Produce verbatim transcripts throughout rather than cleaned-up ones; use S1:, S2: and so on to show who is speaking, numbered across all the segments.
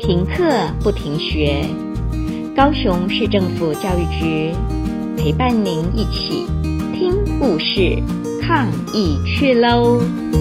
S1: 停课不停学，高雄市政府教育局陪伴您一起听故事，抗疫去喽！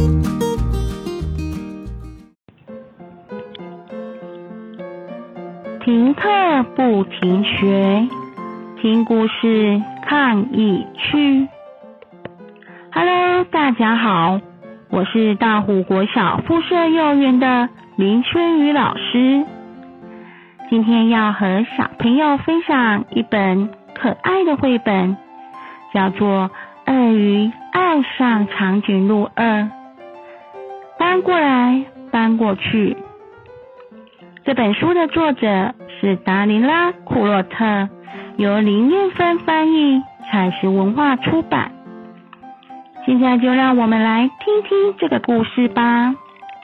S2: 停课不停学，听故事抗疫去。Hello， 大家好，我是大湖国小附设幼儿园的林春雨老师。今天要和小朋友分享一本可爱的绘本，叫做《鳄鱼爱上长颈鹿二》，搬过来搬过去。这本书的作者是达琳拉·库洛特，由林燕芬翻译，采实文化出版。现在就让我们来听听这个故事吧。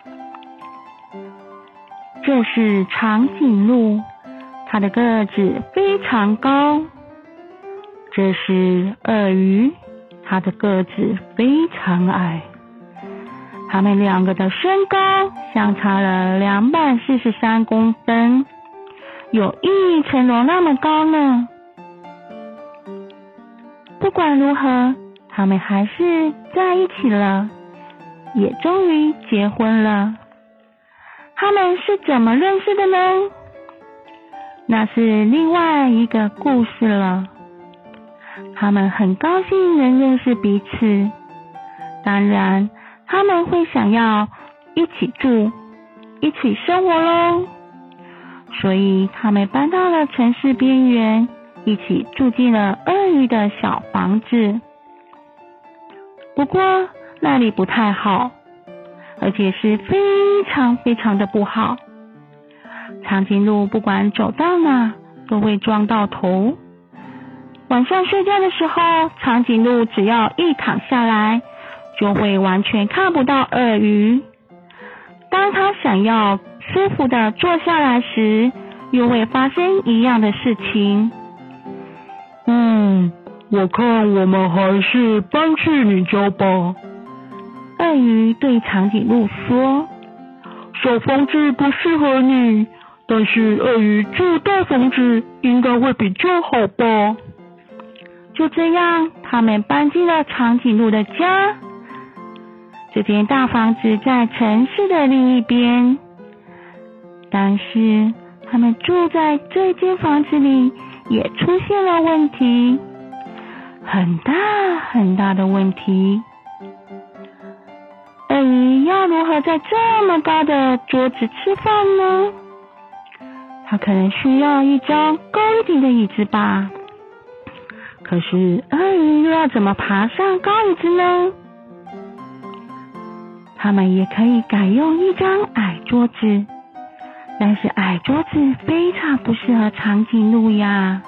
S2: 这是长颈鹿，它的个子非常高。这是鳄鱼，它的个子非常矮。它们两个的身高相差了两百四十三公分，有一层楼那么高呢。不管如何，他们还是在一起了，也终于结婚了。他们是怎么认识的呢？那是另外一个故事了。他们很高兴能认识彼此，当然他们会想要一起住，一起生活咯。所以他们搬到了城市边缘，一起住进了鳄鱼的小房子。不过那里不太好，而且是非常非常的不好。长颈鹿不管走到哪都会撞到头。晚上睡觉的时候，长颈鹿只要一躺下来，就会完全看不到鳄鱼。当它想要舒服的坐下来时，又会发生一样的事情。
S3: 嗯，我看我们还是搬去你家吧。
S2: 鳄鱼对长颈鹿说，
S3: 小房子不适合你，但是鳄鱼住大房子应该会比较好吧。
S2: 就这样，他们搬进了长颈鹿的家。这间大房子在城市的另一边，但是他们住在这间房子里也出现了问题，很大很大的问题。鳄鱼要如何在这么高的桌子吃饭呢？它可能需要一张高一点的椅子吧。可是鳄鱼又要怎么爬上高椅子呢？他们也可以改用一张矮桌子，但是矮桌子非常不适合长颈鹿呀。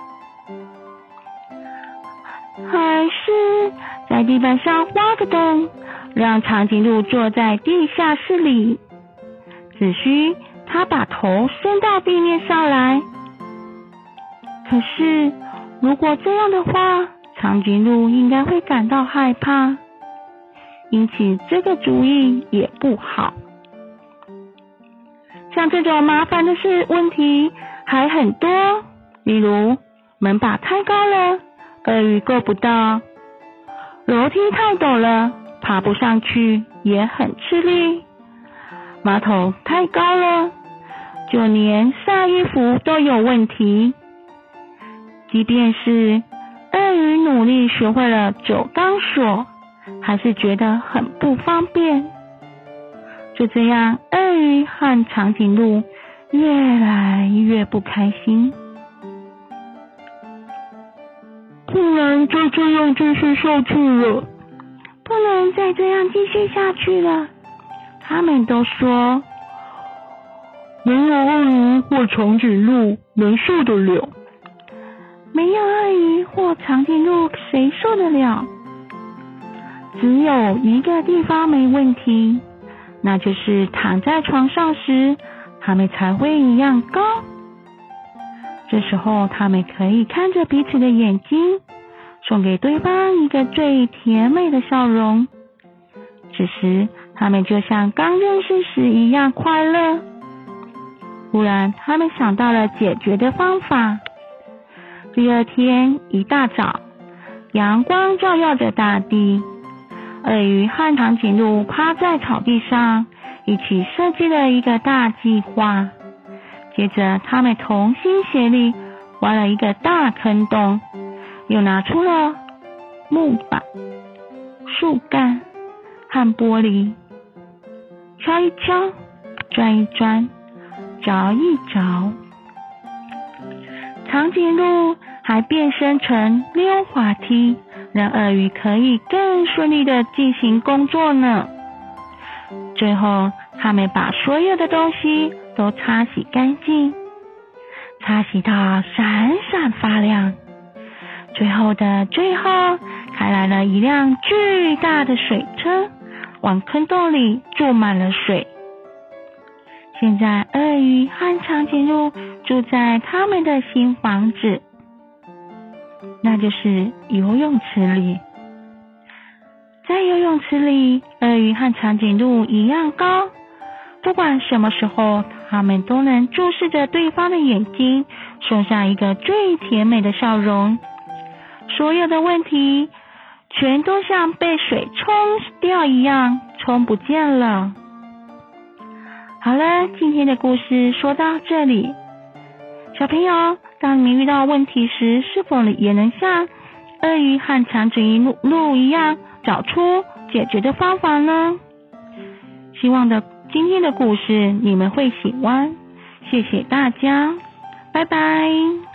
S2: 还是在地板上挖个洞，让长颈鹿坐在地下室里，只需它把头伸到地面上来。可是如果这样的话，长颈鹿应该会感到害怕，因此这个主意也不好。像这种麻烦的事问题还很多，例如门把太高了，鳄鱼够不到；楼梯太陡了，爬不上去，也很吃力；马桶太高了，就连晒衣服都有问题。即便是鳄鱼努力学会了走钢索，还是觉得很不方便。就这样，鳄鱼和长颈鹿越来越不开心。
S3: 不能再这样继续下去了，
S2: 不能再这样继续下去了。他们都说，
S3: 没有鳄鱼或长颈鹿能受得了。
S2: 没有鳄鱼或长颈鹿，谁受得了？只有一个地方没问题，那就是躺在床上时，他们才会一样高。这时候，他们可以看着彼此的眼睛，送给对方一个最甜美的笑容。此时，他们就像刚认识时一样快乐。 忽然他们想到了解决的方法。第二天一大早，阳光照耀着大地，鳄鱼和长颈鹿趴在草地上，一起设计了一个大计划。接着他们同心协力挖了一个大坑洞，又拿出了木板、树干和玻璃，敲一敲，转一转，凿一凿。长颈鹿还变身成溜滑梯，让鳄鱼可以更顺利的进行工作呢。最后他们把所有的东西都擦洗干净，擦洗到闪闪发亮。最后的最后，开来了一辆巨大的水车，往坑洞里注满了水。现在鳄鱼和长颈鹿住在他们的新房子，那就是游泳池里。在游泳池里，鳄鱼和长颈鹿一样高，不管什么时候，他们都能注视着对方的眼睛，送上一个最甜美的笑容。所有的问题全都像被水冲掉一样，冲不见了。好了，今天的故事说到这里。小朋友，当你们遇到问题时，是否也能像鳄鱼和长颈鹿一样找出解决的方法呢？希望的今天的故事你们会喜欢，谢谢大家，拜拜。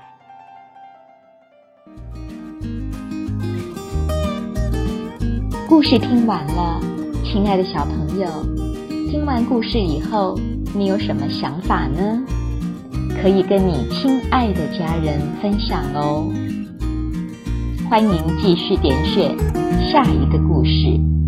S1: 故事听完了，亲爱的小朋友，听完故事以后，你有什么想法呢？可以跟你亲爱的家人分享哦。欢迎继续点选下一个故事。